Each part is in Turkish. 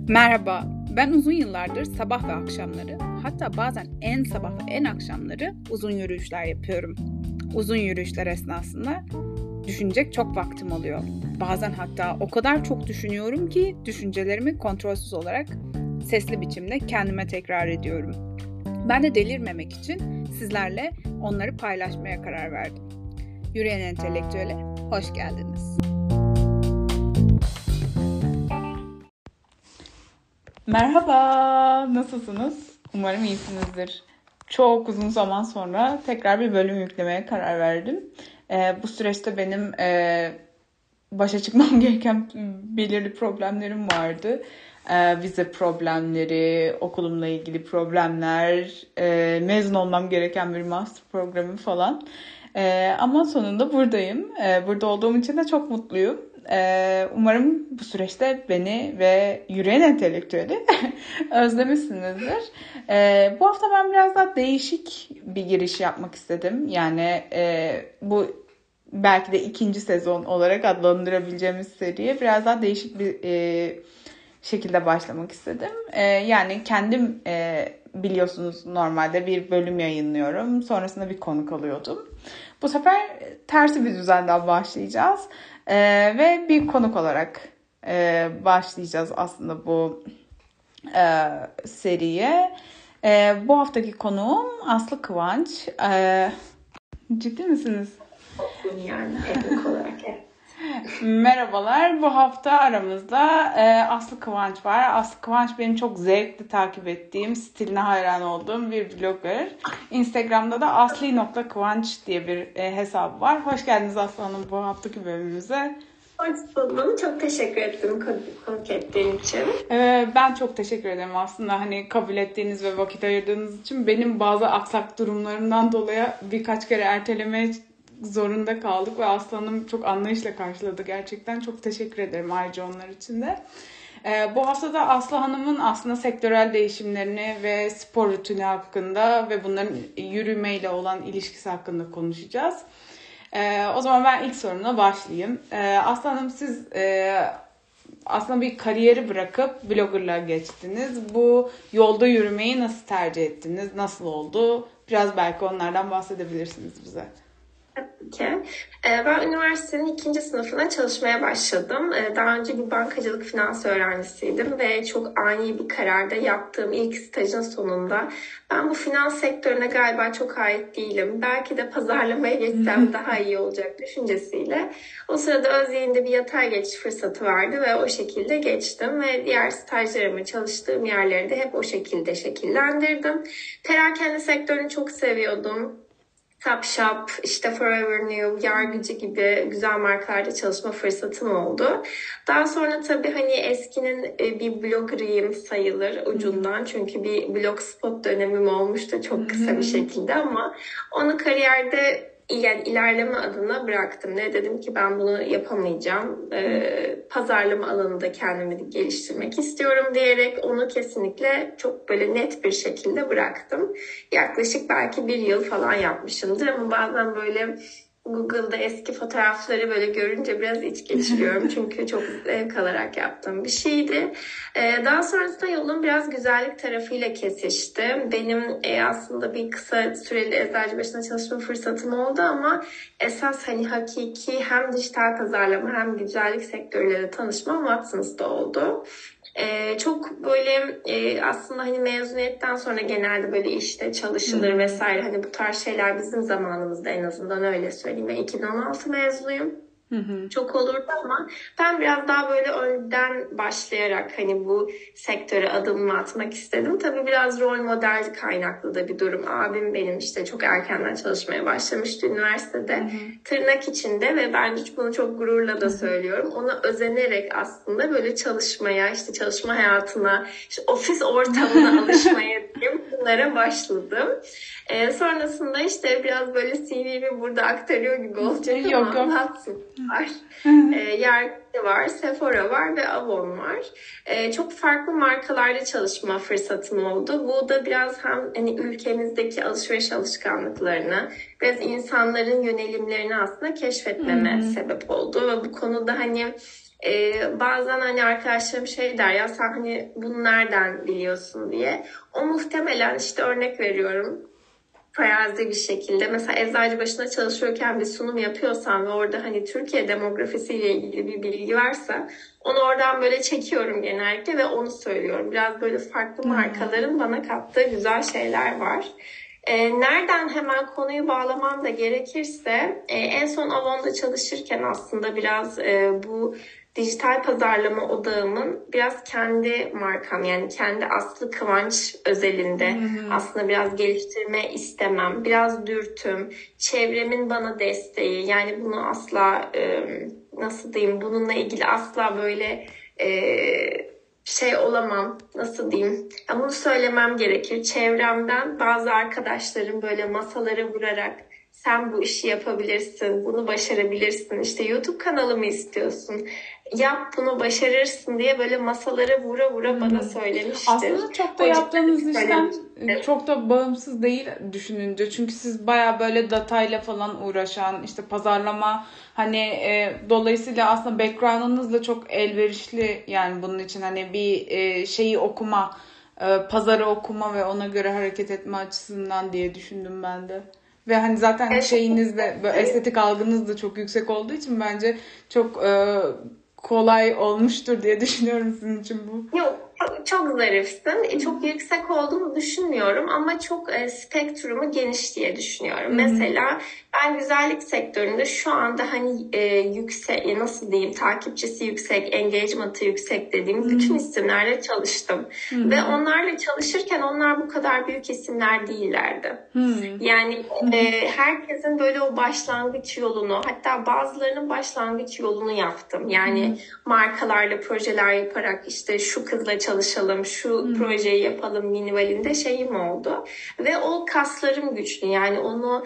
Merhaba, ben uzun yıllardır sabah ve akşamları, hatta bazen en sabah ve en akşamları uzun yürüyüşler yapıyorum. Uzun yürüyüşler esnasında düşünecek çok vaktim oluyor. Bazen hatta o kadar çok düşünüyorum ki düşüncelerimi kontrolsüz olarak sesli biçimde kendime tekrar ediyorum. Ben de delirmemek için sizlerle onları paylaşmaya karar verdim. Yürüyen Entelektüel'e hoş geldiniz. Merhaba, nasılsınız? Umarım iyisinizdir. Çok uzun zaman sonra tekrar bir bölüm yüklemeye karar verdim. Bu süreçte benim başa çıkmam gereken belirli problemlerim vardı. Vize problemleri, okulumla ilgili problemler, mezun olmam gereken bir master programı falan. Ama sonunda buradayım. Burada olduğum için de çok mutluyum. Umarım bu süreçte beni ve yürüyen entelektüeli özlemişsinizdir. Bu hafta ben biraz daha değişik bir giriş yapmak istedim. Yani bu belki de ikinci sezon olarak adlandırabileceğimiz seriye biraz daha değişik bir şekilde başlamak istedim. Yani kendim biliyorsunuz normalde bir bölüm yayınlıyorum. Sonrasında bir konuk alıyordum. Bu sefer tersi bir düzenden başlayacağız. Ve bir konuk olarak başlayacağız aslında bu seriye. Bu haftaki konuğum Aslı Kıvanç. Ciddi misiniz? Yani teknik olarak evet. Merhabalar. Bu hafta aramızda Aslı Kıvanç var. Aslı Kıvanç benim çok zevkli takip ettiğim, stiline hayran olduğum bir blogger. Instagram'da da asli.kıvanç diye bir hesabı var. Hoş geldiniz Aslı Hanım bu haftaki bölümümüze. Hoş buldum. Çok teşekkür ettim konuk ettiğin için. Ben çok teşekkür ederim aslında hani kabul ettiğiniz ve vakit ayırdığınız için. Benim bazı aksak durumlarımdan dolayı birkaç kere ertelemeye zorunda kaldık ve Aslı Hanım çok anlayışla karşıladı gerçekten. Çok teşekkür ederim ayrıca onlar için de. Bu hafta da Aslı Hanım'ın aslında sektörel değişimlerini ve spor rutini hakkında ve bunların yürümeyle olan ilişkisi hakkında konuşacağız. O zaman ben ilk sorumla başlayayım. Aslı Hanım siz aslında bir kariyeri bırakıp bloggerlığa geçtiniz. Bu yolda yürümeyi nasıl tercih ettiniz? Nasıl oldu? Biraz belki onlardan bahsedebilirsiniz bize. Tabii ki. Ben üniversitenin 2. sınıfına çalışmaya başladım. Daha önce bir bankacılık finans öğrencisiydim ve çok ani bir kararda yaptığım ilk stajın sonunda ben bu finans sektörüne galiba çok ait değilim. Belki de pazarlamaya geçsem daha iyi olacak düşüncesiyle o sırada Özyeğin'de bir yatay geçiş fırsatı vardı ve o şekilde geçtim ve diğer stajlarımı çalıştığım yerleri de hep o şekilde şekillendirdim. Perakende sektörünü çok seviyordum. Topshop, işte Forever New, Yargıcı gibi güzel markalarda çalışma fırsatım oldu. Daha sonra tabii hani eskinin bir bloggerıyım sayılır ucundan. Çünkü bir blogspot dönemim olmuştu çok kısa bir şekilde ama onu kariyerde yani ilerleme adına bıraktım. Ne dedim ki ben bunu yapamayacağım. Pazarlama alanında kendimi geliştirmek istiyorum diyerek onu kesinlikle çok böyle net bir şekilde bıraktım. Yaklaşık belki 1 yıl falan yapmışımdır ama bazen böyle Google'da eski fotoğrafları böyle görünce biraz iç geçiriyorum. Çünkü çok zevk alarak yaptığım bir şeydi. Daha sonrasında yolum biraz güzellik tarafıyla kesişti. Benim aslında bir kısa süreli Eczacıbaşı'nda çalışma fırsatım oldu ama esas hani hakiki hem dijital pazarlama hem güzellik sektörüyle tanışmam Watsons'da oldu. Çok böyle aslında hani mezuniyetten sonra genelde böyle işte çalışılır vesaire hani bu tarz şeyler bizim zamanımızda en azından öyle söyleyeyim. Ben 2016 mezunuyum. Çok olurdu ama ben biraz daha böyle önden başlayarak hani bu sektöre adımımı atmak istedim. Tabii biraz rol model kaynaklı da bir durum. Abim benim işte çok erkenden çalışmaya başlamıştı üniversitede. Tırnak içinde ve ben bunu çok gururla da söylüyorum. Ona özenerek aslında böyle çalışmaya, işte çalışma hayatına, işte ofis ortamına alışmaya diyeyim bunlara başladım. Sonrasında işte biraz böyle CV'mi burada aktarıyor gibi olacak ama anlatsın. Var. Yargıcı var, Sephora var ve Avon var. Çok farklı markalarda çalışma fırsatım oldu. Bu da biraz hem hani ülkemizdeki alışveriş alışkanlıklarını, biraz insanların yönelimlerini aslında keşfetmeme sebep oldu. Ve bu konuda hani Bazen hani arkadaşlarım şey der ya sen hani bunu nereden biliyorsun diye. O muhtemelen işte örnek veriyorum. Farazi bir şekilde mesela Eczacıbaşı'nda çalışıyorken bir sunum yapıyorsam ve orada hani Türkiye demografisiyle ilgili bir bilgi varsa onu oradan böyle çekiyorum genellikle ve onu söylüyorum. Biraz böyle farklı markaların bana kattığı güzel şeyler var. Nereden hemen konuyu bağlamam da gerekirse en son Avon'da çalışırken aslında biraz bu dijital pazarlama odağımın biraz kendi markam yani kendi Aslı Kıvanç özelinde aslında biraz geliştirme istemem, biraz dürtüm, çevremin bana desteği yani bunu asla nasıl diyeyim bununla ilgili asla böyle şey olamam nasıl diyeyim ya bunu söylemem gerekir çevremden bazı arkadaşlarım böyle masalara vurarak sen bu işi yapabilirsin bunu başarabilirsin işte YouTube kanalımı istiyorsun yap bunu başarırsın diye böyle masalara vura vura bana söylemiştir. Aslında çok da yaptığınız işten çok da bağımsız değil düşününce. Çünkü siz baya böyle datayla falan uğraşan işte pazarlama hani dolayısıyla aslında background'ınız da çok elverişli yani bunun için hani bir şeyi okuma pazarı okuma ve ona göre hareket etme açısından diye düşündüm ben de. Ve hani zaten şeyiniz de böyle estetik algınız da çok yüksek olduğu için bence çok kolay olmuştur diye düşünüyorum sizin için bu. Yok, çok zarifsin. Çok yüksek olduğunu düşünmüyorum ama çok spektrumu geniş diye düşünüyorum. Mesela ben güzellik sektöründe şu anda hani yüksek, nasıl diyeyim, takipçisi yüksek, engagement'ı yüksek dediğim bütün isimlerle çalıştım. Ve onlarla çalışırken onlar bu kadar büyük isimler değillerdi. Yani herkesin böyle o başlangıç yolunu, hatta bazılarının başlangıç yolunu yaptım. Yani markalarla projeler yaparak işte şu kızla çalışalım, şu projeyi yapalım minimalinde şeyim oldu. Ve o kaslarım güçlü. Yani onu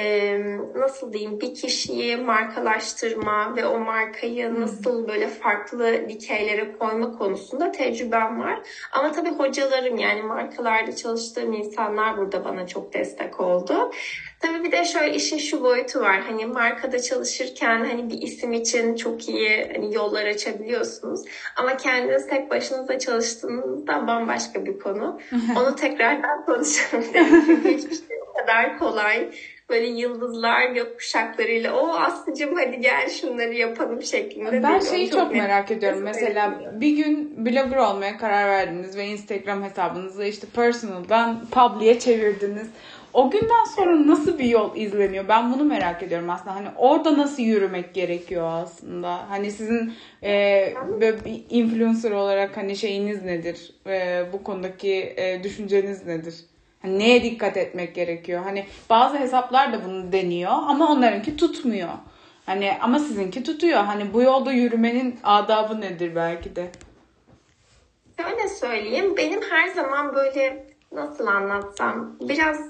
nasıl diyeyim bir kişiyi markalaştırma ve o markayı nasıl böyle farklı dikeylere koyma konusunda tecrübem var. Ama tabii hocalarım yani markalarda çalıştığım insanlar burada bana çok destek oldu. Tabii bir de şöyle işin şu boyutu var. Hani markada çalışırken hani bir isim için çok iyi hani yollar açabiliyorsunuz. Ama kendiniz tek başınıza çalıştığınızda bambaşka bir konu. Onu tekrardan konuşalım. Çünkü hiçbir şey o kadar kolay. Böyle yıldızlar, gökkuşaklarıyla o Aslı'cığım hadi gel şunları yapalım şeklinde. Ben değil. şeyi çok merak ediyorum. Mesela bir gün blogger olmaya karar verdiniz ve Instagram hesabınızı işte personal'dan public'e çevirdiniz. O günden sonra nasıl bir yol izleniyor? Ben bunu merak ediyorum aslında. Hani orada nasıl yürümek gerekiyor aslında? Hani sizin böyle bir influencer olarak hani şeyiniz nedir? Bu konudaki düşünceniz nedir? Hani neye dikkat etmek gerekiyor? Hani bazı hesaplar da bunu deniyor ama onlarınki tutmuyor. Hani ama sizinki tutuyor. Hani bu yolda yürümenin adabı nedir belki de? Şöyle söyleyeyim, benim her zaman böyle nasıl anlatsam biraz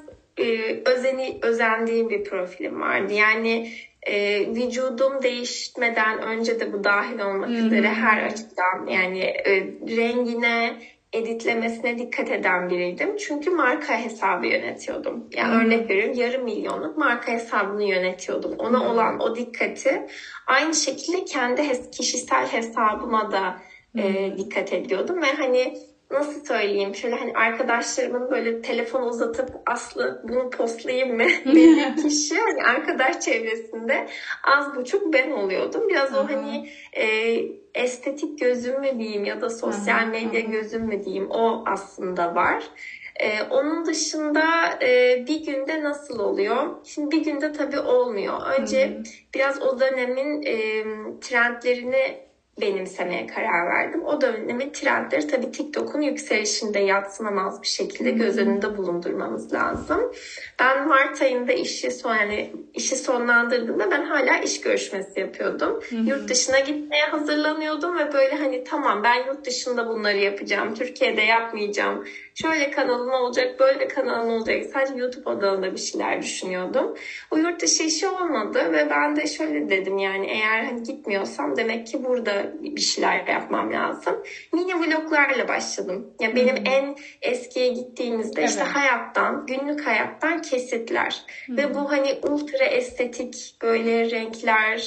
özendiğim bir profilim vardı. Yani vücudum değişmeden önce de bu dahil olmak üzere her açıdan yani rengine, editlemesine dikkat eden biriydim. Çünkü marka hesabı yönetiyordum. Yani örnek veriyorum 500.000'luk marka hesabını yönetiyordum. Ona olan o dikkati aynı şekilde kendi kişisel hesabıma da dikkat ediyordum ve hani nasıl söyleyeyim şöyle hani arkadaşlarımın böyle telefon uzatıp Aslı bunu postlayayım mı dediği kişi hani arkadaş çevresinde az buçuk ben oluyordum. Biraz o hani estetik gözüm mü diyeyim ya da sosyal medya gözüm mü diyeyim o aslında var. Onun dışında bir günde nasıl oluyor? Şimdi bir günde tabii olmuyor. Önce biraz o dönemin trendlerini benimsemeye karar verdim. O dönemin trendleri tabii TikTok'un yükselişinde yadsınamaz bir şekilde göz önünde bulundurmamız lazım. Ben Mart ayında işi sonlandırdığımda ben hala iş görüşmesi yapıyordum. Yurt dışına gitmeye hazırlanıyordum ve böyle hani tamam ben yurt dışında bunları yapacağım. Türkiye'de yapmayacağım. Şöyle kanalım olacak, böyle kanalım olacak. Sadece YouTube odağında bir şeyler düşünüyordum. O yurt dışı işi olmadı ve ben de şöyle dedim yani eğer hani gitmiyorsam demek ki burada bir şeyler yapmam lazım. Mini vloglarla başladım. Ya benim en eskiye gittiğimizde işte hayattan, günlük hayattan kesitler. Ve bu hani ultra estetik böyle renkler,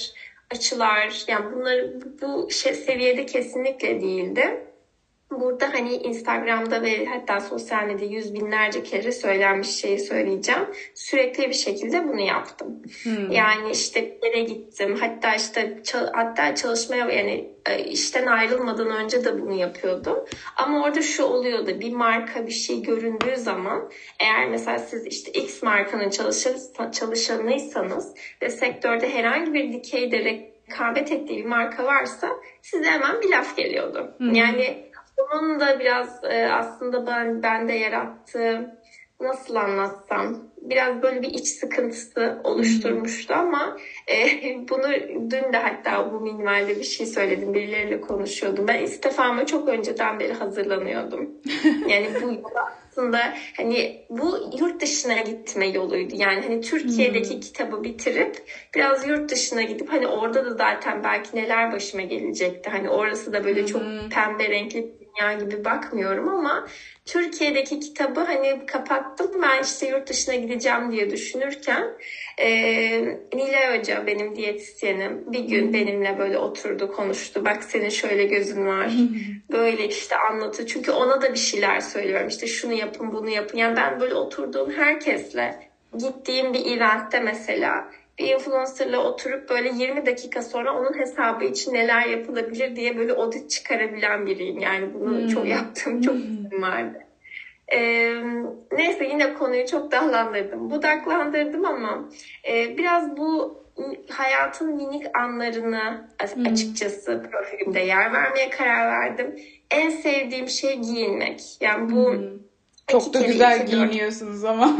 açılar, yani bunları bu seviyede kesinlikle değildi. Burada hani Instagram'da ve hatta sosyal medyada yüz binlerce kere söylenmiş şeyi söyleyeceğim. Sürekli bir şekilde bunu yaptım. Yani işte bir yere gittim. Hatta işte hatta çalışmaya, yani işten ayrılmadan önce de bunu yapıyordum. Ama orada şu oluyordu. Bir marka bir şey göründüğü zaman, eğer mesela siz işte X markanın çalışanıysanız ve sektörde herhangi bir dikeyde rekabet ettiği bir marka varsa size hemen bir laf geliyordu. Yani onun da biraz aslında bende yarattığı, nasıl anlatsam, biraz böyle bir iç sıkıntısı oluşturmuştu ama bunu dün de hatta bu minvalde bir şey söyledim, birileriyle konuşuyordum. Ben istifama çok önceden beri hazırlanıyordum. Yani bu yol aslında hani bu yurt dışına gitme yoluydu. Yani hani Türkiye'deki kitabı bitirip biraz yurt dışına gidip hani orada da zaten belki neler başıma gelecekti. Hani orası da böyle çok pembe renkli dünya gibi bakmıyorum ama Türkiye'deki kitabı hani kapattım. Ben işte yurt dışına gideceğim diye düşünürken Nilay Hoca, benim diyetisyenim, bir gün benimle böyle oturdu, konuştu. Bak senin şöyle gözün var. Böyle işte anlatı. Çünkü ona da bir şeyler söylüyorum. İşte şunu yapın, bunu yapın. Yani ben böyle oturduğum herkesle, gittiğim bir eventte mesela bir influencer'la oturup böyle 20 dakika sonra onun hesabı için neler yapılabilir diye böyle audit çıkarabilen biriyim. Yani bunu çok yaptığım çok izin vardı. Neyse, yine konuyu çok budaklandırdım ama biraz bu hayatın minik anlarını açıkçası profilimde yer vermeye karar verdim. En sevdiğim şey giyinmek. Yani bu çok da güzel giyiniyorsunuz ama.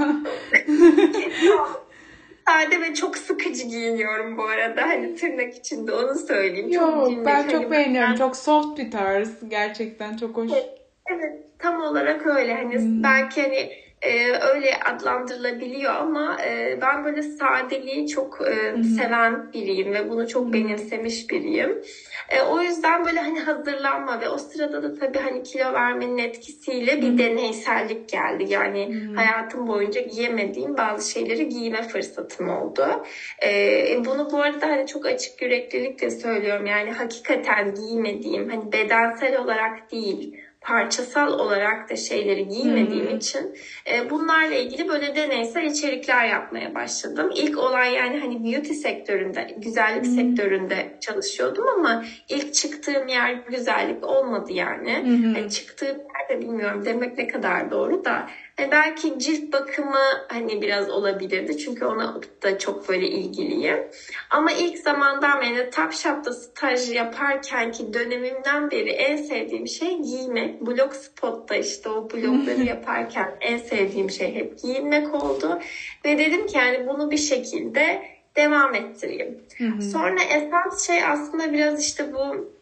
Sade ve çok sıkıcı giyiniyorum bu arada. Hani tırnak içinde onu söyleyeyim. Yok, ben çok beğeniyorum. Çok soft bir tarz. Gerçekten çok hoş. Evet, tam olarak öyle. Hani belki hani öyle adlandırılabiliyor ama ben böyle sadeliği çok seven biriyim ve bunu çok benimsemiş biriyim. O yüzden böyle hani hazırlanma ve o sırada da tabii hani kilo vermenin etkisiyle bir deneysellik geldi. Yani hayatım boyunca giyemediğim bazı şeyleri giyme fırsatım oldu. Bunu bu arada hani çok açık yüreklilikle söylüyorum. Yani hakikaten giymediğim, hani bedensel olarak değil, parçasal olarak da şeyleri giymediğim için bunlarla ilgili böyle deneysel içerikler yapmaya başladım. İlk olay, yani hani beauty sektöründe, güzellik sektöründe çalışıyordum ama ilk çıktığım yer güzellik olmadı yani. Hani çıktığım yerde, bilmiyorum demek ne kadar doğru da, belki cilt bakımı hani biraz olabilirdi çünkü ona da çok böyle ilgiliyim. Ama ilk zamandan beri Topshop'ta staj yaparkenki dönemimden beri en sevdiğim şey giymek. Blogspot'ta işte o blogları yaparken en sevdiğim şey hep giyinmek oldu. Ve dedim ki yani bunu bir şekilde devam ettireyim. Sonra esas şey aslında biraz işte bu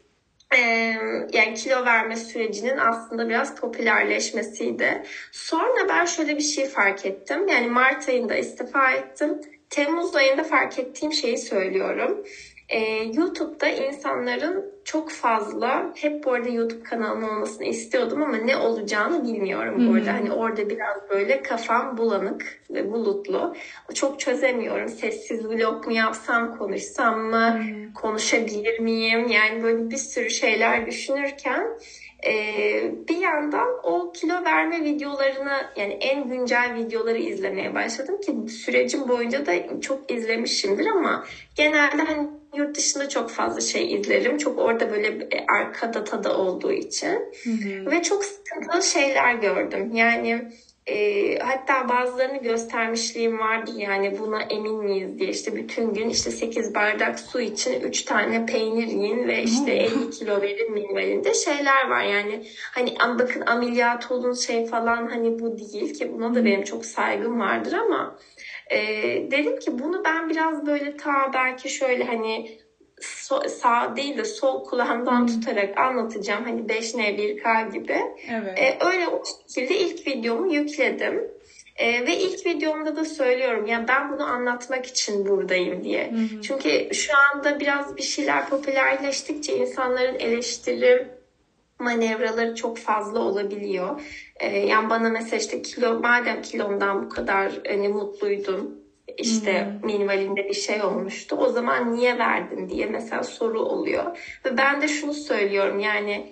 yani kilo verme sürecinin aslında biraz popülerleşmesiydi. Sonra ben şöyle bir şey fark ettim. Yani Mart ayında istifa ettim. Temmuz ayında fark ettiğim şeyi söylüyorum. YouTube'da insanların çok fazla, hep bu arada YouTube kanalım olmasını istiyordum ama ne olacağını bilmiyorum bu arada. Hani orada biraz böyle kafam bulanık ve bulutlu. Çok çözemiyorum. Sessiz vlog mu yapsam, konuşsam mı, konuşabilir miyim? Yani böyle bir sürü şeyler düşünürken bir yandan o kilo verme videolarını, yani en güncel videoları izlemeye başladım ki sürecim boyunca da çok izlemişimdir ama genelde hani yurt dışında çok fazla şey izlerim. Çok orada böyle arka datada olduğu için. Ve çok sıkıntılı şeyler gördüm. Yani hatta bazılarını göstermişliğim vardır, yani buna emin miyiz diye, işte bütün gün işte 8 bardak su için 3 tane peynir yiyin ve işte 50 kilo verin minvalinde şeyler var. Yani hani bakın ameliyat olun şey falan, hani bu değil ki, buna da benim çok saygım vardır ama dedim ki bunu ben biraz böyle belki şöyle hani sağ değil de sol kulağımdan tutarak anlatacağım. Hani 5N1K gibi. Evet. Öyle o şekilde ilk videomu yükledim. Ve ilk videomda da söylüyorum ya, ben bunu anlatmak için buradayım diye. Çünkü şu anda biraz bir şeyler popülerleştikçe insanların eleştiri manevraları çok fazla olabiliyor. Yani bana mesela işte madem kilomdan bu kadar hani mutluydun, işte minimalinde bir şey olmuştu. O zaman niye verdin diye mesela soru oluyor. Ve ben de şunu söylüyorum yani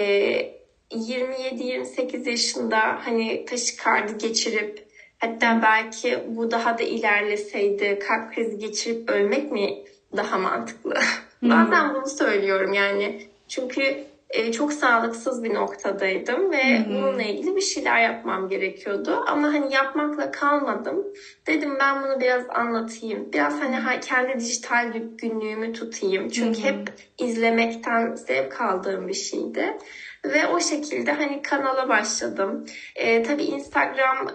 27-28 yaşında hani taşikardi geçirip hatta belki bu daha da ilerleseydi kalp krizi geçirip ölmek mi daha mantıklı? Bazen bunu söylüyorum yani. Çünkü çok sağlıksız bir noktadaydım ve bununla ilgili bir şeyler yapmam gerekiyordu. Ama hani yapmakla kalmadım. Dedim ben bunu biraz anlatayım. Biraz hani kendi dijital günlüğümü tutayım. Çünkü hep izlemekten zevk aldığım bir şeydi. Ve o şekilde hani kanala başladım. Tabii Instagram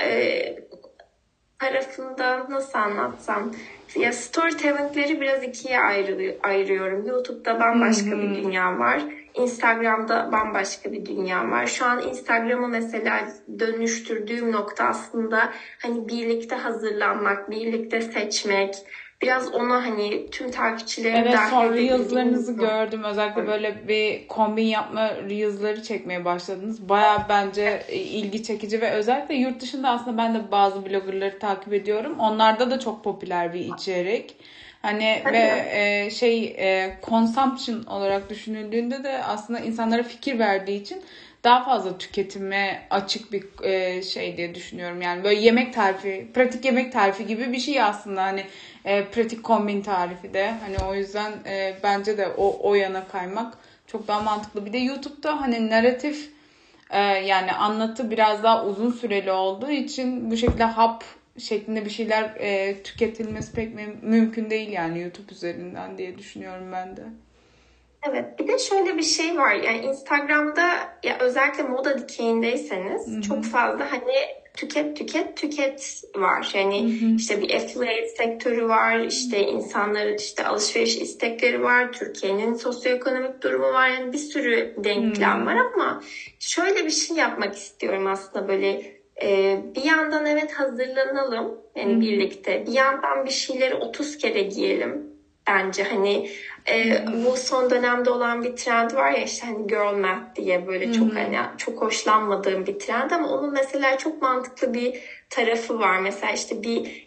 tarafında nasıl anlatsam ya storytelling'leri biraz ikiye ayırıyorum. YouTube'da bambaşka bir dünya var. Instagram'da bambaşka bir dünya var. Şu an Instagram'ı mesela dönüştürdüğüm nokta aslında hani birlikte hazırlanmak, birlikte seçmek. Biraz ona hani tüm takipçilerimi Evet, son dahil Reels'larınızı edebildiğim gördüm. Özellikle böyle bir kombin yapma Reels'ları çekmeye başladınız. Bayağı bence ilgi çekici ve özellikle yurt dışında aslında ben de bazı bloggerları takip ediyorum. Onlarda da çok popüler bir içerik. Hani ve consumption olarak düşünüldüğünde de aslında insanlara fikir verdiği için daha fazla tüketime açık bir şey diye düşünüyorum. Yani böyle yemek tarifi, pratik yemek tarifi gibi bir şey aslında hani pratik kombin tarifi de. Hani o yüzden bence de o yana kaymak çok daha mantıklı. Bir de YouTube'da hani narratif yani anlatı biraz daha uzun süreli olduğu için bu şekilde hap şeklinde bir şeyler tüketilmesi pek mümkün değil yani YouTube üzerinden diye düşünüyorum ben de. Evet, bir de şöyle bir şey var. Yani Instagram'da ya özellikle moda dikeyindeyseniz çok fazla hani tüket var. Yani işte bir affiliate sektörü var, işte insanların işte alışveriş istekleri var, Türkiye'nin sosyoekonomik durumu var. Yani bir sürü denklem var ama şöyle bir şey yapmak istiyorum aslında böyle bir yandan evet hazırlanalım yani birlikte. Bir yandan bir şeyleri 30 kere giyelim. Bence hani bu son dönemde olan bir trend var ya işte hani girl math diye böyle çok hani çok hoşlanmadığım bir trend ama onun mesela çok mantıklı bir tarafı var. Mesela işte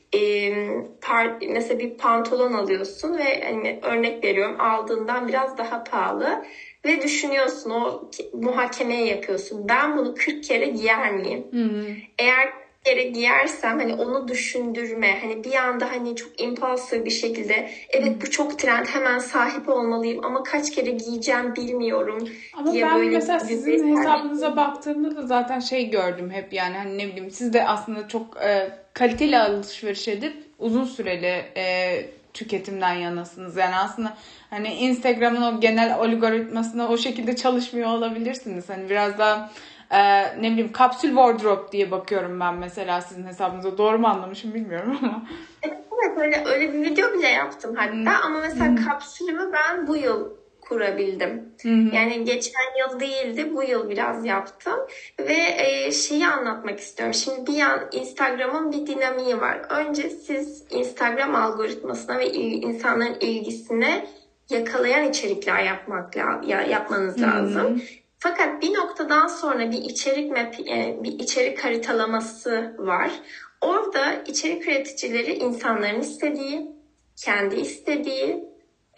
mesela bir pantolon alıyorsun ve hani örnek veriyorum aldığından biraz daha pahalı ve düşünüyorsun o muhakemeyi yapıyorsun. Ben bunu 40 kere giyer miyim? Eğer kere giyersem hani onu düşündürme hani bir anda hani çok impulsif bir şekilde evet bu çok trend hemen sahip olmalıyım ama kaç kere giyeceğim bilmiyorum Ama diye ben böyle mesela sizin yüzeysel. hesabınıza baktığımda da zaten şey gördüm hep yani hani ne bileyim siz de aslında çok kaliteli alışveriş edip uzun süreli tüketimden yanasınız. Yani aslında hani Instagram'ın o genel algoritmasına o şekilde çalışmıyor olabilirsiniz. Hani biraz daha ne bileyim kapsül wardrobe diye bakıyorum ben mesela sizin hesabınıza. Doğru mu anlamışım bilmiyorum ama. Evet öyle bir video bile yaptım hatta ama mesela kapsülümü ben bu yıl kurabildim. Yani geçen yıl değildi bu yıl biraz yaptım ve şeyi anlatmak istiyorum. Şimdi bir Instagram'ın bir dinamiği var. Önce siz Instagram algoritmasına ve insanların ilgisine yakalayan içerikler yapmanız lazım. Fakat bir noktadan sonra bir içerik map, bir içerik haritalaması var. Orada içerik üreticileri insanların istediği, kendi istediği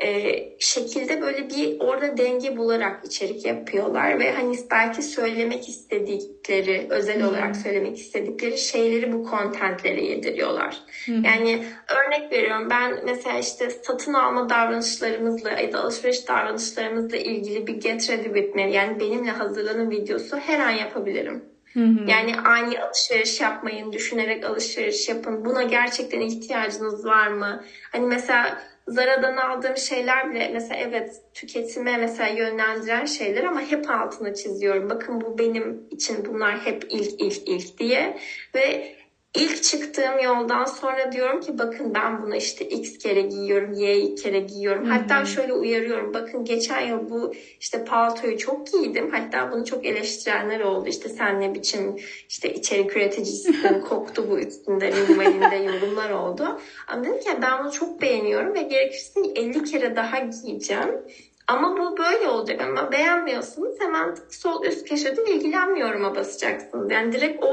şekilde böyle bir orada denge bularak içerik yapıyorlar ve hani belki söylemek istedikleri, özel olarak söylemek istedikleri şeyleri bu contentlere yediriyorlar. Yani örnek veriyorum ben mesela işte satın alma davranışlarımızla ya da alışveriş davranışlarımızla ilgili bir get ready with me yani benimle hazırlanın videosu her an yapabilirim. Yani ani alışveriş yapmayın, düşünerek alışveriş yapın. Buna gerçekten ihtiyacınız var mı? Hani mesela Zara'dan aldığım şeyler bile mesela evet tüketime mesela yönlendiren şeyler ama hep altına çiziyorum. Bakın bu benim için bunlar hep ilk diye ve ilk çıktığım yoldan sonra diyorum ki bakın ben bunu işte X kere giyiyorum, Y kere giyiyorum. Hatta şöyle uyarıyorum. Bakın geçen yıl bu işte paltoyu çok giydim. Hatta bunu çok eleştirenler oldu. İşte sen ne biçim işte içerik üreticisisin, koktu bu üstünde, minimalinde yorumlar oldu. Ama dedim ki ben bunu çok beğeniyorum ve gerekirse 50 kere daha giyeceğim. Ama bu böyle olacak ama beğenmiyorsanız hemen sol üst köşede ilgilenmiyorum'a basacaksınız. Yani direkt o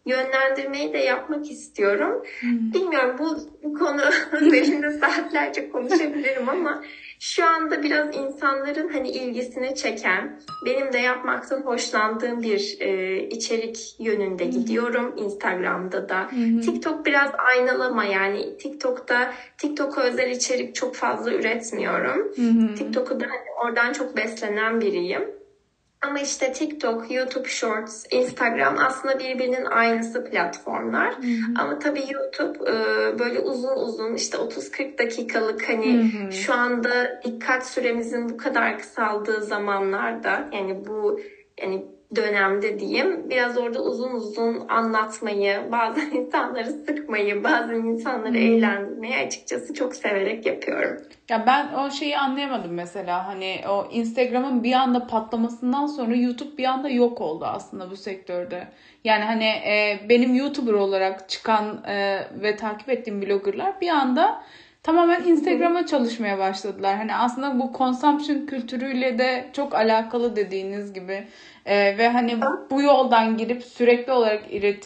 yönlendirmeyi de yapmak istiyorum. Bilmiyorum, bu konu üzerinde saatlerce konuşabilirim ama şu anda biraz insanların hani ilgisini çeken, benim de yapmaktan hoşlandığım bir içerik yönünde gidiyorum. Instagram'da da. TikTok biraz aynalama, yani TikTok'a özel içerik çok fazla üretmiyorum. TikTok'u da hani oradan çok beslenen biriyim. Ama işte TikTok, YouTube Shorts, Instagram aslında birbirinin aynısı platformlar. Ama tabii YouTube böyle uzun uzun, işte 30-40 dakikalık, hani şu anda dikkat süremizin bu kadar kısaldığı zamanlarda, yani dönemde diyeyim, biraz orada uzun uzun anlatmayı, bazen insanları sıkmayı, bazen insanları eğlendirmeyi açıkçası çok severek yapıyorum. Ya ben o şeyi anlayamadım mesela, hani o Instagram'ın bir anda patlamasından sonra YouTube bir anda yok oldu aslında bu sektörde. Yani hani benim YouTuber olarak çıkan ve takip ettiğim bloggerlar bir anda tamamen Instagram'a çalışmaya başladılar. Hani aslında bu consumption kültürüyle de çok alakalı, dediğiniz gibi. Ve hani bu yoldan girip sürekli olarak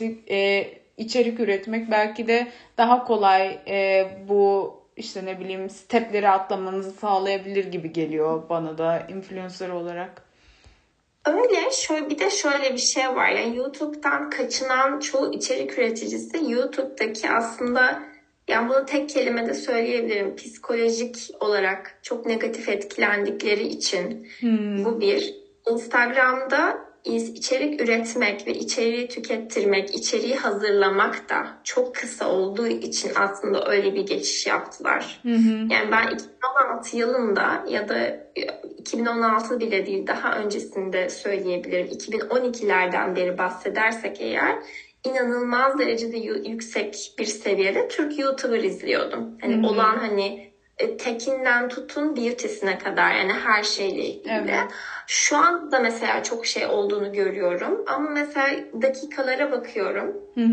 içerik üretmek belki de daha kolay, bu işte ne bileyim stepleri atlamanızı sağlayabilir gibi geliyor bana da influencer olarak. Öyle, bir de şöyle bir şey var. Yani YouTube'dan kaçınan çoğu içerik üreticisi YouTube'daki aslında, yani bunu tek kelimede söyleyebilirim, psikolojik olarak çok negatif etkilendikleri için. Bu bir. Instagram'da içerik üretmek ve içeriği tükettirmek, içeriği hazırlamak da çok kısa olduğu için aslında öyle bir geçiş yaptılar. Yani ben 2016 yılında ya da 2016 bile değil, daha öncesinde söyleyebilirim. 2012'lerden beri bahsedersek eğer, inanılmaz derecede yüksek bir seviyede Türk YouTuber izliyordum. Hani olan hani tekinden tutun beauty'sine kadar, yani her şeyle ilgili. Evet. Şu anda mesela çok şey olduğunu görüyorum ama mesela dakikalara bakıyorum.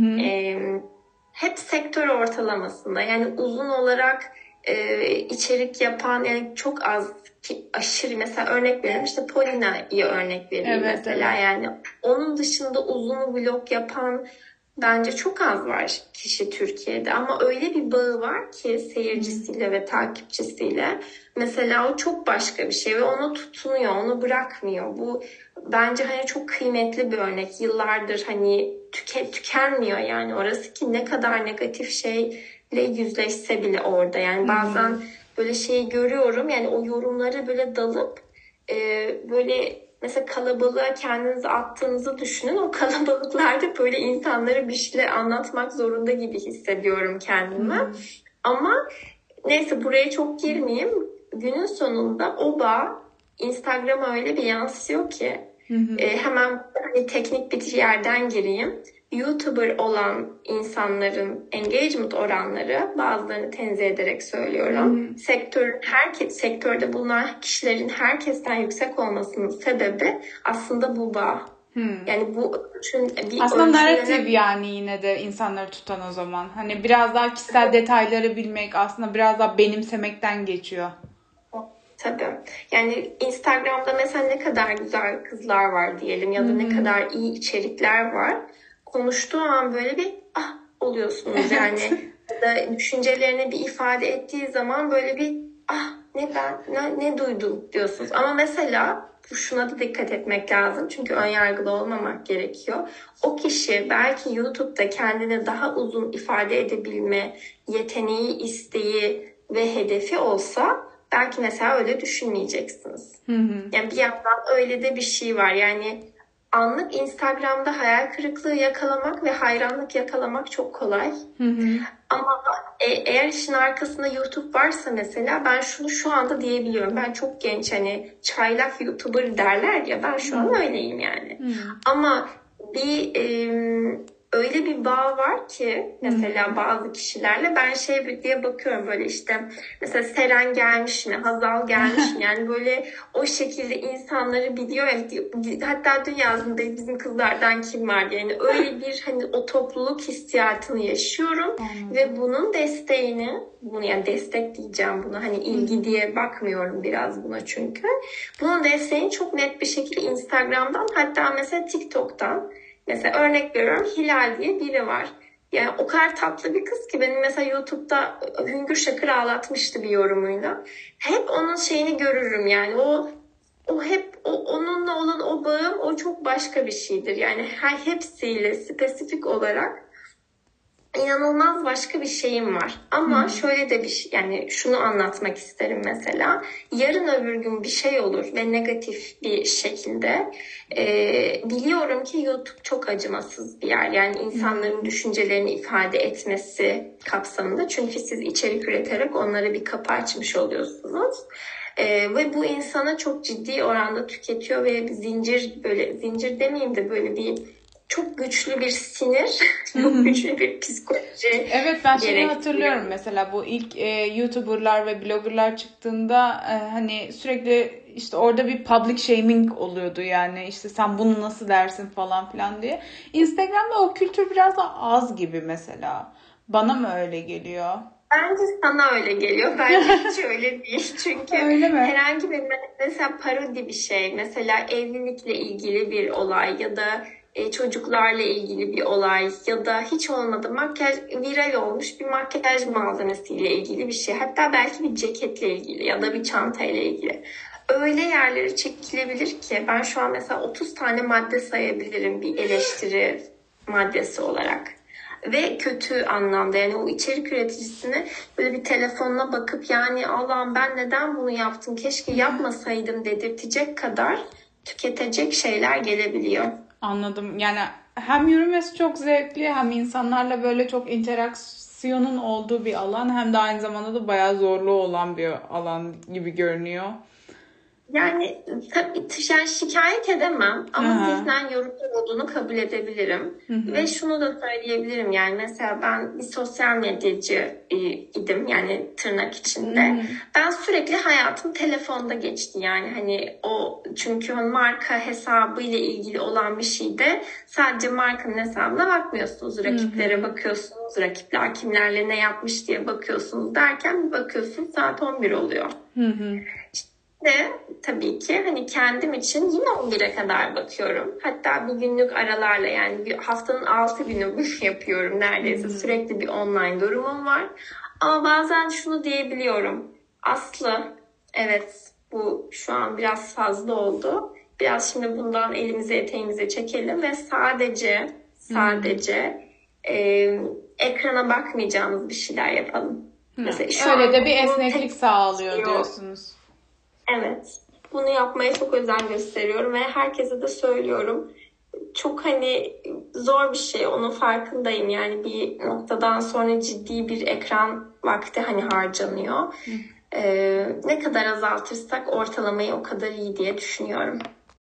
Hep sektör ortalamasında, yani uzun olarak içerik yapan yani çok az, aşırı, mesela örnek veriyorum, işte Polina'yı örnek vereyim mesela. Evet. Yani onun dışında uzun vlog yapan bence çok az var kişi Türkiye'de, ama öyle bir bağı var ki seyircisiyle ve takipçisiyle. Mesela o çok başka bir şey ve onu tutunuyor, onu bırakmıyor. Bu bence hani çok kıymetli bir örnek. Yıllardır hani tükenmiyor yani orası, ki ne kadar negatif şeyle yüzleşse bile orada. Yani bazen böyle şeyi görüyorum, yani o yorumlara böyle dalıp böyle, mesela kalabalığa kendinizi attığınızı düşünün. O kalabalıklarda böyle insanlara bir şeyler anlatmak zorunda gibi hissediyorum kendimi. Ama neyse, buraya çok girmeyeyim. Günün sonunda o bağ Instagram'a öyle bir yansıyor ki hemen hani teknik bir yerden gireyim. YouTuber olan insanların engagement oranları, bazılarını tenzih ederek söylüyorum, sektörde bulunan kişilerin herkesten yüksek olmasının sebebi aslında bu bağ. Yani bu aslında narratif, yani yine de insanları tutan o zaman. Hani biraz daha kişisel detayları bilmek, aslında biraz daha benimsemekten geçiyor. Tabii. Yani Instagram'da mesela ne kadar güzel kızlar var diyelim ya da ne kadar iyi içerikler var. Konuştuğu an böyle bir oluyorsunuz yani. Ya da düşüncelerini bir ifade ettiği zaman böyle bir ne duydum diyorsunuz. Ama mesela şuna da dikkat etmek lazım. Çünkü önyargılı olmamak gerekiyor. O kişi belki YouTube'da kendini daha uzun ifade edebilme yeteneği, isteği ve hedefi olsa belki mesela öyle düşünmeyeceksiniz. Yani bir yandan öyle de bir şey var. Yani anlık Instagram'da hayal kırıklığı yakalamak ve hayranlık yakalamak çok kolay. Ama eğer işin arkasında YouTube varsa mesela, ben şunu şu anda diyebiliyorum. Ben çok genç, hani çaylak YouTuber derler ya, ben şu an öyleyim yani. Ama öyle bir bağ var ki mesela bazı kişilerle ben diye bakıyorum, böyle işte mesela Seren gelmiş mi, Hazal gelmiş mi, yani böyle o şekilde insanları biliyor. Hatta dün yazdım, bizim kızlardan kim var, yani öyle bir hani o topluluk hissiyatını yaşıyorum ve bunun desteğini, bunu yani destek diyeceğim, buna hani ilgi diye bakmıyorum biraz buna, çünkü bunun desteğini çok net bir şekilde Instagram'dan, hatta mesela TikTok'tan Mesela örnek veriyorum, Hilal diye biri var. Yani o kadar tatlı bir kız ki benim mesela YouTube'da Hüngür Şakır ağlatmıştı bir yorumuyla. Hep onun şeyini görürüm yani o hep onunla olan o bağım o çok başka bir şeydir. Yani hepsiyle spesifik olarak inanılmaz başka bir şeyim var. Ama şöyle de bir şey, yani şunu anlatmak isterim mesela. Yarın öbür gün bir şey olur ve negatif bir şekilde biliyorum ki YouTube çok acımasız bir yer. Yani insanların düşüncelerini ifade etmesi kapsamında. Çünkü siz içerik üreterek onlara bir kapı açmış oluyorsunuz. Ve bu insana çok ciddi oranda tüketiyor ve böyle zincir demeyeyim de böyle bir çok güçlü bir sinir, çok güçlü bir psikoloji Evet, ben şeyi gerektiriyor. hatırlıyorum mesela bu ilk YouTuber'lar ve blogger'lar çıktığında hani sürekli işte orada bir public shaming oluyordu, yani işte sen bunu nasıl dersin falan filan diye. Instagram'da o kültür biraz da az gibi mesela. Bana mı öyle geliyor? Bence sana öyle geliyor. Bence hiç öyle değil. Çünkü Öyle mi? herhangi bir mesela parodi bir şey, mesela evlilikle ilgili bir olay ya da çocuklarla ilgili bir olay ya da hiç olmadı makyaj viral olmuş bir makyaj malzemesiyle ilgili bir şey. Hatta belki bir ceketle ilgili ya da bir çantayla ilgili. Öyle yerlere çekilebilir ki ben şu an mesela 30 tane madde sayabilirim bir eleştiri maddesi olarak. Ve kötü anlamda, yani o içerik üreticisine böyle bir telefonuna bakıp yani Allah'ım ben neden bunu yaptım, keşke yapmasaydım dedirtecek kadar tüketecek şeyler gelebiliyor. Anladım. Yani hem yürümesi çok zevkli, hem insanlarla böyle çok interaksiyonun olduğu bir alan, hem de aynı zamanda da bayağı zorlu olan bir alan gibi görünüyor. Yani tabii yani şikayet edemem ama Aha. zihnen yorucu olduğunu kabul edebilirim. Ve şunu da söyleyebilirim, yani mesela ben bir sosyal medyacı idim, yani tırnak içinde. Ben sürekli hayatım telefonda geçti, yani hani o çünkü marka hesabı ile ilgili olan bir şeyde sadece markanın hesabına bakmıyorsunuz. Rakiplere bakıyorsunuz, rakipler kimlerle ne yapmış diye bakıyorsunuz derken bir bakıyorsunuz saat 11 oluyor. Ve tabii ki hani kendim için yine 11'e kadar bakıyorum. Hatta bir günlük aralarla, yani bir haftanın 6 günü bu yapıyorum neredeyse. Sürekli bir online durumum var. Ama bazen şunu diyebiliyorum. Aslı, evet bu şu an biraz fazla oldu. Biraz şimdi bundan elimize eteğimize çekelim ve sadece ekrana bakmayacağımız bir şeyler yapalım. Mesela şu Öyle an de bir bunun esneklik tek sağlıyor yok. diyorsunuz. Evet. Bunu yapmaya çok özen gösteriyorum ve herkese de söylüyorum. Çok hani zor bir şey, onun farkındayım. Yani bir noktadan sonra ciddi bir ekran vakti hani harcanıyor. Ne kadar azaltırsak ortalamayı o kadar iyi diye düşünüyorum.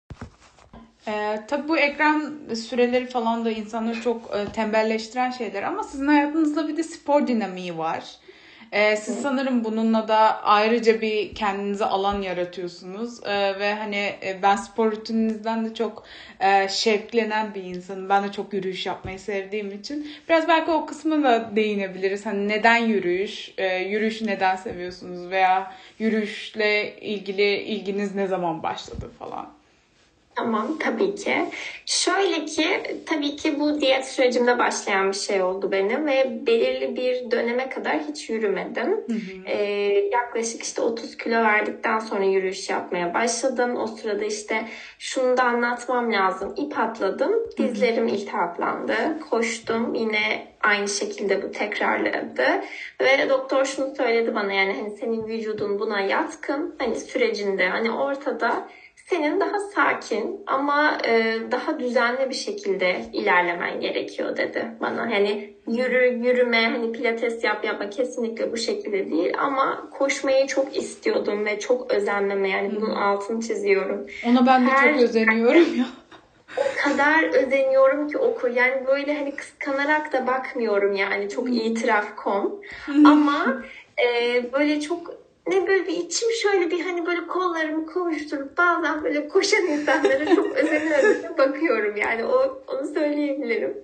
Tabii bu ekran süreleri falan da insanları çok tembelleştiren şeyler, ama sizin hayatınızda bir de spor dinamiği var. Siz sanırım bununla da ayrıca bir kendinize alan yaratıyorsunuz. Ve hani ben spor rutininizden de çok şevklenen bir insanım. Ben de çok yürüyüş yapmayı sevdiğim için. Biraz belki o kısmına da değinebiliriz. Hani neden yürüyüş, yürüyüşü neden seviyorsunuz veya yürüyüşle ilgili ilginiz ne zaman başladı falan. Tamam, tabii ki. Şöyle ki, tabii ki bu diyet sürecimde başlayan bir şey oldu benim ve belirli bir döneme kadar hiç yürümedim. Yaklaşık işte 30 kilo verdikten sonra yürüyüş yapmaya başladım. O sırada işte şunu da anlatmam lazım. İp atladım, dizlerim iltihaplandı. Koştum, yine aynı şekilde bu tekrarladı. Ve doktor şunu söyledi bana, yani hani senin vücudun buna yatkın. Hani sürecinde, hani ortada senin daha sakin ama daha düzenli bir şekilde ilerlemen gerekiyor dedi bana. Yani yürüme, hani pilates yapma kesinlikle bu şekilde değil ama koşmayı çok istiyordum ve çok özenmeme, yani bunun altını çiziyorum. Ona ben de çok özeniyorum ya. O kadar özeniyorum ki yani böyle hani kıskanarak da bakmıyorum, yani çok itiraf.com ama böyle çok böyle bir içim şöyle bir hani böyle kollarımı kavuşturup bazen böyle koşan insanlara çok özene bakıyorum, yani onu söyleyebilirim.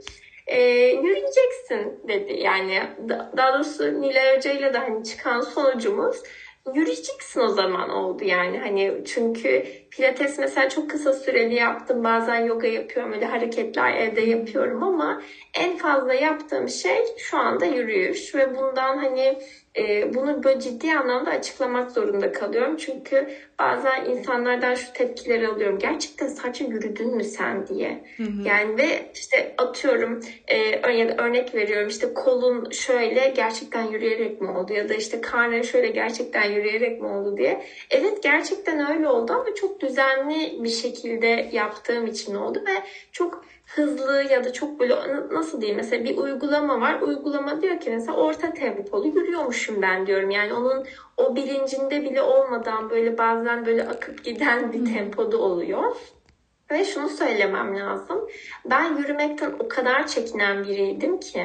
Yürüyeceksin dedi, yani daha doğrusu Nilay Hoca ile de hani çıkan sonucumuz yürüyeceksin o zaman oldu yani. Hani çünkü pilates mesela çok kısa süreli yaptım. Bazen yoga yapıyorum. Öyle hareketler evde yapıyorum ama en fazla yaptığım şey şu anda yürüyüş ve bundan hani bunu böyle ciddi anlamda açıklamak zorunda kalıyorum. Çünkü bazen insanlardan şu tepkileri alıyorum. Gerçekten sadece yürüdün mü sen diye. Yani ve işte atıyorum ya da örnek veriyorum, işte kolun şöyle gerçekten yürüyerek mi oldu ya da işte karnın şöyle gerçekten yürüyerek mi oldu diye. Evet, gerçekten öyle oldu ama çok düzenli bir şekilde yaptığım için oldu ve çok hızlı ya da çok böyle nasıl diyeyim, mesela bir uygulama var. Uygulama diyor ki mesela orta tempolu yürüyormuşum ben diyorum. Yani onun o bilincinde bile olmadan böyle bazen böyle akıp giden bir tempoda oluyor. Ve şunu söylemem lazım. Ben yürümekten o kadar çekinen biriydim ki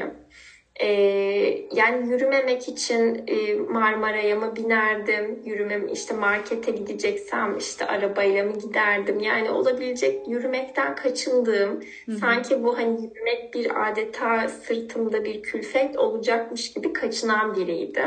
yani yürümemek için Marmara'ya mı binerdim, yürümem işte markete gideceksem işte arabayla mı giderdim, yani olabilecek yürümekten kaçındığım, sanki bu hani yürümek bir adeta sırtımda bir külfet olacakmış gibi kaçınan biriydim.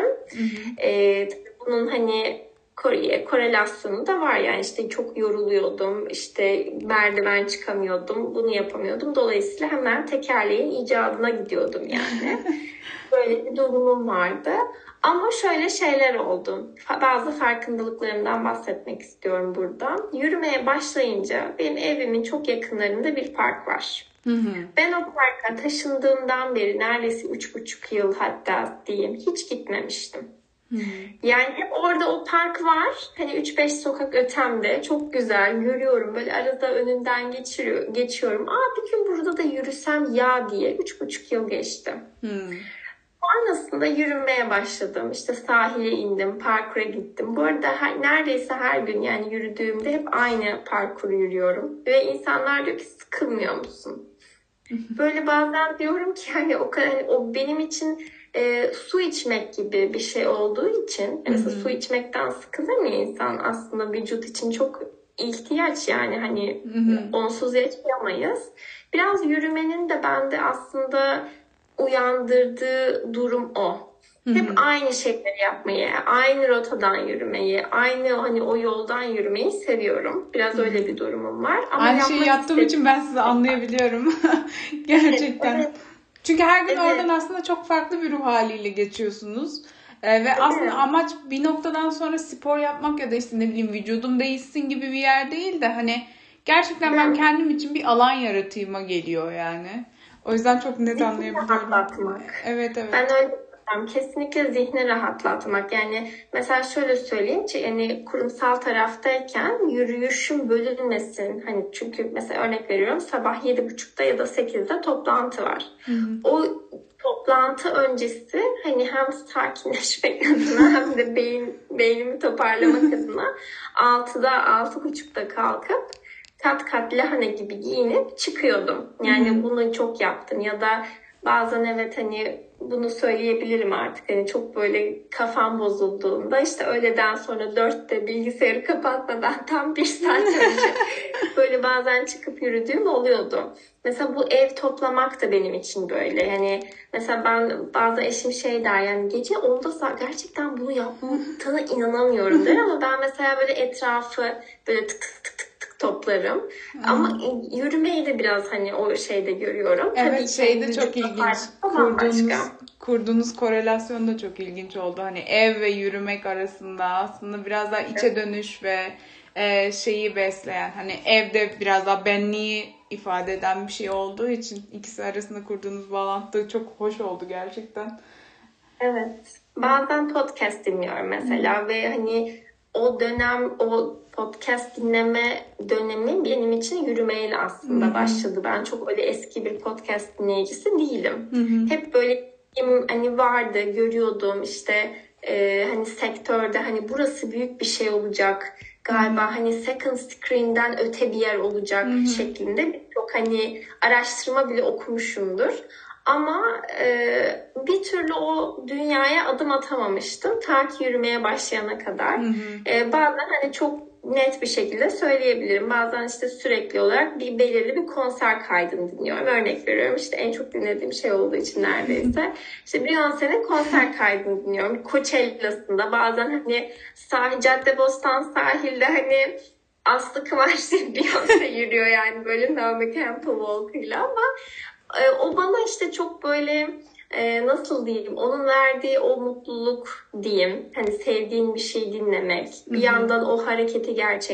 Bunun hani korelasyonu da var, yani işte çok yoruluyordum, işte merdiven çıkamıyordum, bunu yapamıyordum, dolayısıyla hemen tekerleğin icadına gidiyordum yani. Böyle bir durumum vardı. Ama şöyle şeyler oldu. Bazı farkındalıklarımdan bahsetmek istiyorum burada. Yürümeye başlayınca benim evimin çok yakınlarında bir park var. Ben o parka taşındığımdan beri neredeyse 3,5 yıl, hatta diyeyim, hiç gitmemiştim. Yani hep orada o park var. Hani 3-5 sokak ötemde. Çok güzel. Görüyorum. Böyle arada önünden geçiyorum. Bir gün burada da yürüsem ya diye. 3,5 yıl geçti. Sonrasında yürümeye başladım. İşte sahile indim. Parkura gittim. Bu arada neredeyse her gün yani yürüdüğümde hep aynı parkuru yürüyorum. Ve insanlar diyor ki sıkılmıyor musun? Böyle bazen diyorum ki yani o kadar, o benim için su içmek gibi bir şey olduğu için, mesela su içmekten sıkılır mı insan? Aslında vücut için çok ihtiyaç, yani hani onsuz yaşayamayız. Biraz yürümenin de bende aslında uyandırdığı durum o. Hep aynı şeyleri yapmayı, aynı rotadan yürümeyi, aynı hani o yoldan yürümeyi seviyorum. Biraz öyle bir durumum var. Ama aynı şeyi yaptığım için ben sizi anlayabiliyorum. Gerçekten. Evet. Çünkü her gün oradan aslında çok farklı bir ruh haliyle geçiyorsunuz. Ve aslında amaç bir noktadan sonra spor yapmak ya da işte ne bileyim vücudum değişsin gibi bir yer değil de hani gerçekten ben kendim için bir alan yaratayım'a geliyor yani. O yüzden çok net anlayabiliyorum. Rahatlatmak. Evet. Ben öyle düşünüyorum. Kesinlikle zihni rahatlatmak. Yani mesela şöyle söyleyeyim ki yani kurumsal taraftayken yürüyüşün bölünmesin. Hani çünkü mesela örnek veriyorum, sabah 7.30'da ya da 8'de toplantı var. O toplantı öncesi hani hem sakinleşmek adına hem de beynimi toparlamak adına 6'da 6.30'da kalkıp kat kat lahana gibi giyinip çıkıyordum. Yani bunu çok yaptım. Ya da bazen evet hani bunu söyleyebilirim artık. Hani çok böyle kafam bozulduğunda işte öğleden sonra 4'te bilgisayarı kapatmadan tam 1 saat önce böyle bazen çıkıp yürüdüğüm oluyordu. Mesela bu ev toplamak da benim için böyle. Yani mesela ben bazen eşim şey der, yani gece 10'da gerçekten bunu yaptığına inanamıyorum der ama ben mesela böyle etrafı böyle tık tık tık tık toplarım. Ama yürümeyi de biraz hani o şeyde görüyorum. Evet, tabii şey de çok ilginç. Kurduğunuz korelasyon da çok ilginç oldu. Hani ev ve yürümek arasında aslında biraz daha içe dönüş ve şeyi besleyen, hani evde biraz daha benliği ifade eden bir şey olduğu için ikisi arasında kurduğunuz bağlantı çok hoş oldu gerçekten. Evet. Bazen podcast dinliyorum mesela ve hani o dönem, o podcast dinleme dönemi benim için yürümeyle aslında başladı. Ben çok öyle eski bir podcast dinleyicisi değilim. Hep böyle hani vardı, görüyordum işte hani sektörde hani burası büyük bir şey olacak galiba, hani second screen'den öte bir yer olacak şeklinde çok hani araştırma bile okumuşumdur. Ama bir türlü o dünyaya adım atamamıştım ta ki yürümeye başlayana kadar. Bazen hani çok net bir şekilde söyleyebilirim. Bazen işte sürekli olarak belirli bir konser kaydını dinliyorum. Örnek veriyorum, işte en çok dinlediğim şey olduğu için neredeyse. İşte Beyoncé'nin konser kaydını dinliyorum. Coachella'sında bazen hani Caddebostan sahilde hani Aslı Kıvanç Beyoncé yürüyor yani böyle Naomi Campbell Walker'la, ama o bana işte çok böyle nasıl diyeyim, onun verdiği o mutluluk diyeyim, hani sevdiğin bir şey dinlemek, bir yandan o hareketi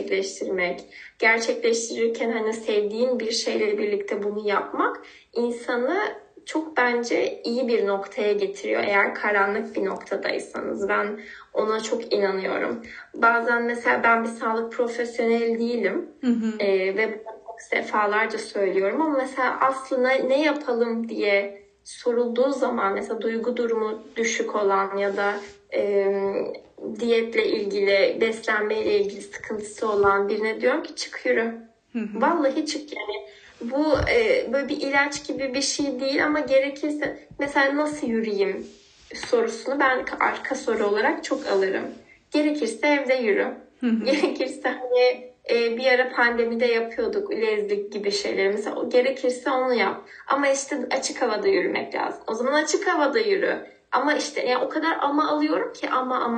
gerçekleştirirken hani sevdiğin bir şeyle birlikte bunu yapmak insanı çok bence iyi bir noktaya getiriyor eğer karanlık bir noktadaysanız. Ben ona çok inanıyorum. Bazen mesela ben bir sağlık profesyoneli değilim. Ve defalarca söylüyorum, ama mesela aslında ne yapalım diye sorulduğu zaman, mesela duygu durumu düşük olan ya da diyetle ilgili, beslenmeyle ilgili sıkıntısı olan birine diyorum ki çık yürü. Vallahi çık yani. Bu böyle bir ilaç gibi bir şey değil, ama gerekirse mesela nasıl yürüyeyim sorusunu ben arka soru olarak çok alırım. Gerekirse evde yürü. Gerekirse hani bir ara pandemide yapıyorduk lezlik gibi şeyleri. Mesela gerekirse onu yap. Ama işte açık havada yürümek lazım. O zaman açık havada yürü. Ama işte yani o kadar ama alıyorum ki,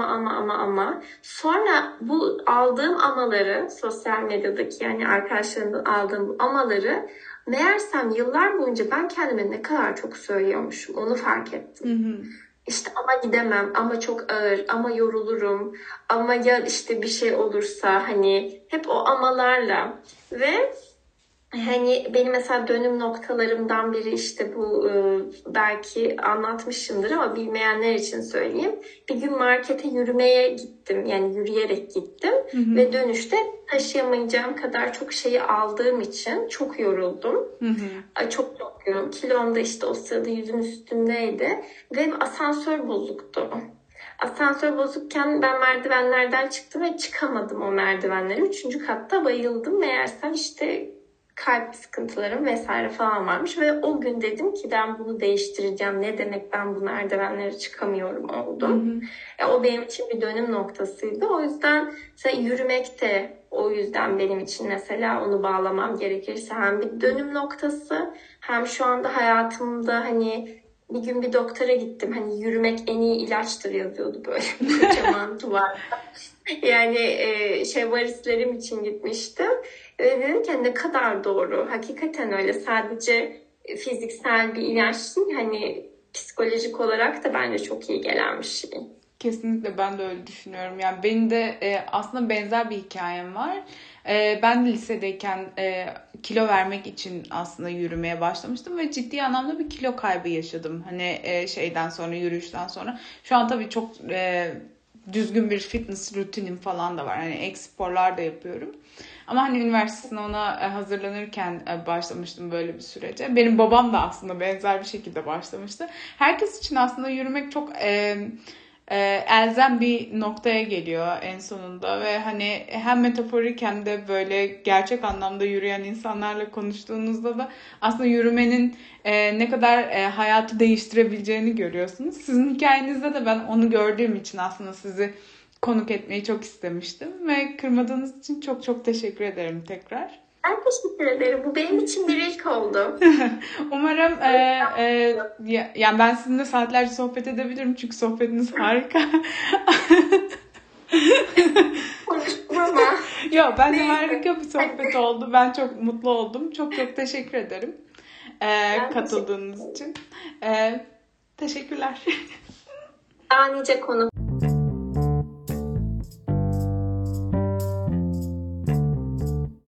ama. Sonra bu aldığım amaları, sosyal medyadaki yani arkadaşlarımdan aldığım bu amaları meğersem yıllar boyunca ben kendime ne kadar çok söylüyormuşum. Onu fark ettim. İşte ama gidemem, ama çok ağır, ama yorulurum, ama ya işte bir şey olursa, hani hep o amalarla. Ve hani benim mesela dönüm noktalarımdan biri işte bu, belki anlatmışımdır ama bilmeyenler için söyleyeyim. Bir gün markete yürümeye gittim, yani yürüyerek gittim ve dönüşte taşıyamayacağım kadar çok şeyi aldığım için çok yoruldum. Çok yoruldum. Kilom da işte o sırada 100'ün üstündeydi ve asansör bozuktu. Asansör bozukken ben merdivenlerden çıktım ve çıkamadım o merdivenleri. 3. katta bayıldım. Meğersem işte kalp sıkıntılarım vesaire falan varmış ve o gün dedim ki ben bunu değiştireceğim. Ne demek ben bu merdivenlere çıkamıyorum oldum. O benim için bir dönüm noktasıydı. O yüzden mesela yürümek de o yüzden benim için, mesela onu bağlamam gerekirse, hem bir dönüm noktası hem şu anda hayatımda hani bir gün bir doktora gittim. Hani yürümek en iyi ilaçtır yazıyordu böyle kocaman duvarda. Yani varislerim için gitmiştim. Ve dedim ki ne kadar doğru. Hakikaten öyle. Sadece fiziksel bir ilaç değil. Hani psikolojik olarak da bence çok iyi gelen bir şey. Kesinlikle ben de öyle düşünüyorum. Yani benim de aslında benzer bir hikayem var. Ben de lisedeyken kilo vermek için aslında yürümeye başlamıştım ve ciddi anlamda bir kilo kaybı yaşadım. Hani şeyden sonra, yürüyüşten sonra. Şu an tabii çok düzgün bir fitness rutinim falan da var. Hani ek sporlar da yapıyorum. Ama hani üniversite sınavına hazırlanırken başlamıştım böyle bir sürece. Benim babam da aslında benzer bir şekilde başlamıştı. Herkes için aslında yürümek çok elzem bir noktaya geliyor en sonunda ve hani hem metaforik hem de böyle gerçek anlamda yürüyen insanlarla konuştuğunuzda da aslında yürümenin ne kadar hayatı değiştirebileceğini görüyorsunuz. Sizin hikayenizde de ben onu gördüğüm için aslında sizi konuk etmeyi çok istemiştim ve kırmadığınız için çok çok teşekkür ederim tekrar. Ben teşekkür ederim. Bu benim için bir ilk oldu. Umarım yani ben sizinle saatlerce sohbet edebilirim çünkü sohbetiniz harika. Konuştum ama. Yok, bence harika bir sohbet oldu. Ben çok mutlu oldum. Çok çok teşekkür ederim katıldığınız için. Teşekkürler. Daha nice konu